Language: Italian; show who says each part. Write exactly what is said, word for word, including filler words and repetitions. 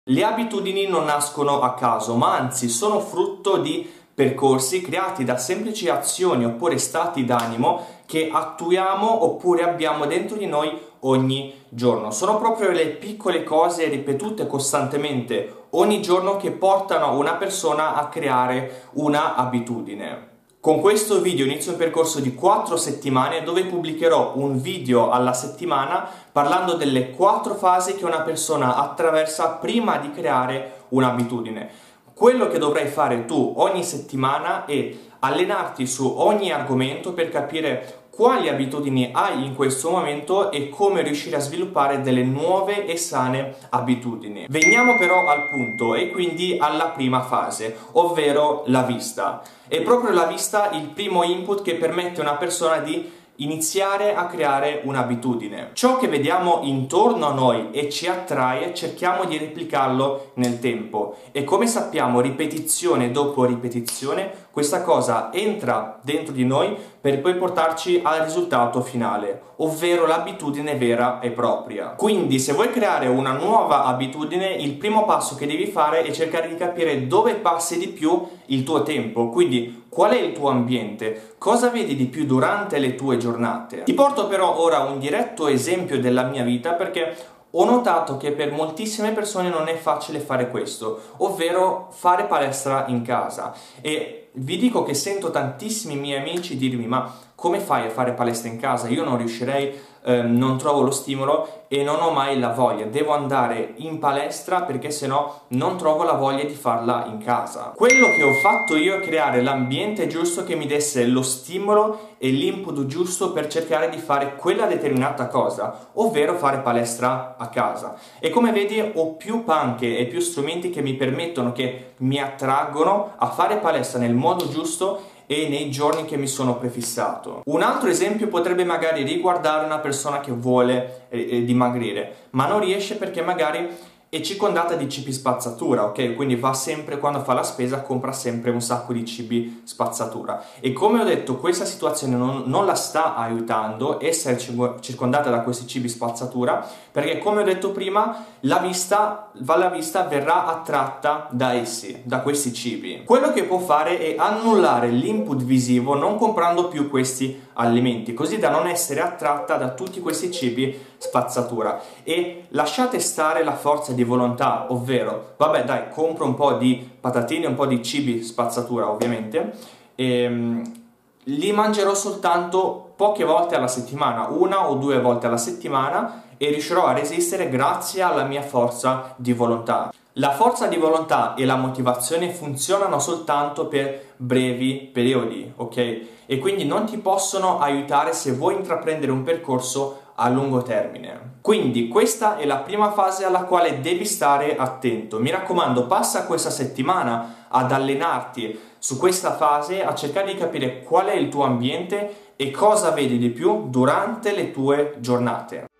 Speaker 1: Le abitudini non nascono a caso, ma anzi sono frutto di percorsi creati da semplici azioni oppure stati d'animo che attuiamo oppure abbiamo dentro di noi ogni giorno. Sono proprio le piccole cose ripetute costantemente ogni giorno che portano una persona a creare una abitudine. Con questo video inizio un percorso di quattro settimane dove pubblicherò un video alla settimana parlando delle quattro fasi che una persona attraversa prima di creare un'abitudine. Quello che dovrai fare tu ogni settimana è allenarti su ogni argomento per capire quali abitudini hai in questo momento e come riuscire a sviluppare delle nuove e sane abitudini. Veniamo però al punto e quindi alla prima fase, ovvero la vista. È proprio la vista il primo input che permette a una persona di iniziare a creare un'abitudine. Ciò che vediamo intorno a noi e ci attrae, cerchiamo di replicarlo nel tempo e come sappiamo, ripetizione dopo ripetizione, questa cosa entra dentro di noi per poi portarci al risultato finale, ovvero l'abitudine vera e propria. Quindi se vuoi creare una nuova abitudine, il primo passo che devi fare è cercare di capire dove passi di più il tuo tempo, quindi qual è il tuo ambiente, cosa vedi di più durante le tue giornate. Ti porto però ora un diretto esempio della mia vita perché ho notato che per moltissime persone non è facile fare questo, ovvero fare palestra in casa. E vi dico che sento tantissimi miei amici dirmi: ma come fai a fare palestra in casa? Io non riuscirei, eh, non trovo lo stimolo e non ho mai la voglia, devo andare in palestra perché sennò non trovo la voglia di farla in casa. Quello che ho fatto io è creare l'ambiente giusto che mi desse lo stimolo e l'input giusto per cercare di fare quella determinata cosa, ovvero fare palestra a casa. E come vedi ho più panche e più strumenti che mi permettono, che mi attraggono a fare palestra nel modo giusto e nei giorni che mi sono prefissato. Un altro esempio potrebbe magari riguardare una persona che vuole eh, dimagrire, ma non riesce perché magari è circondata di cibi spazzatura, ok? Quindi va sempre, quando fa la spesa, compra sempre un sacco di cibi spazzatura. E come ho detto, questa situazione non, non la sta aiutando, essere circondata da questi cibi spazzatura, perché come ho detto prima, la vista, la vista verrà attratta da essi, da questi cibi. Quello che può fare è annullare l'input visivo non comprando più questi alimenti, così da non essere attratta da tutti questi cibi spazzatura. E lasciate stare la forza di volontà, ovvero vabbè dai, compro un po' di patatine, un po' di cibi spazzatura ovviamente, e um, li mangerò soltanto poche volte alla settimana, una o due volte alla settimana, e riuscirò a resistere grazie alla mia forza di volontà. La forza di volontà e la motivazione funzionano soltanto per brevi periodi, ok? E quindi non ti possono aiutare se vuoi intraprendere un percorso a lungo termine. Quindi questa è la prima fase alla quale devi stare attento. Mi raccomando, passa questa settimana ad allenarti su questa fase, a cercare di capire qual è il tuo ambiente e cosa vedi di più durante le tue giornate.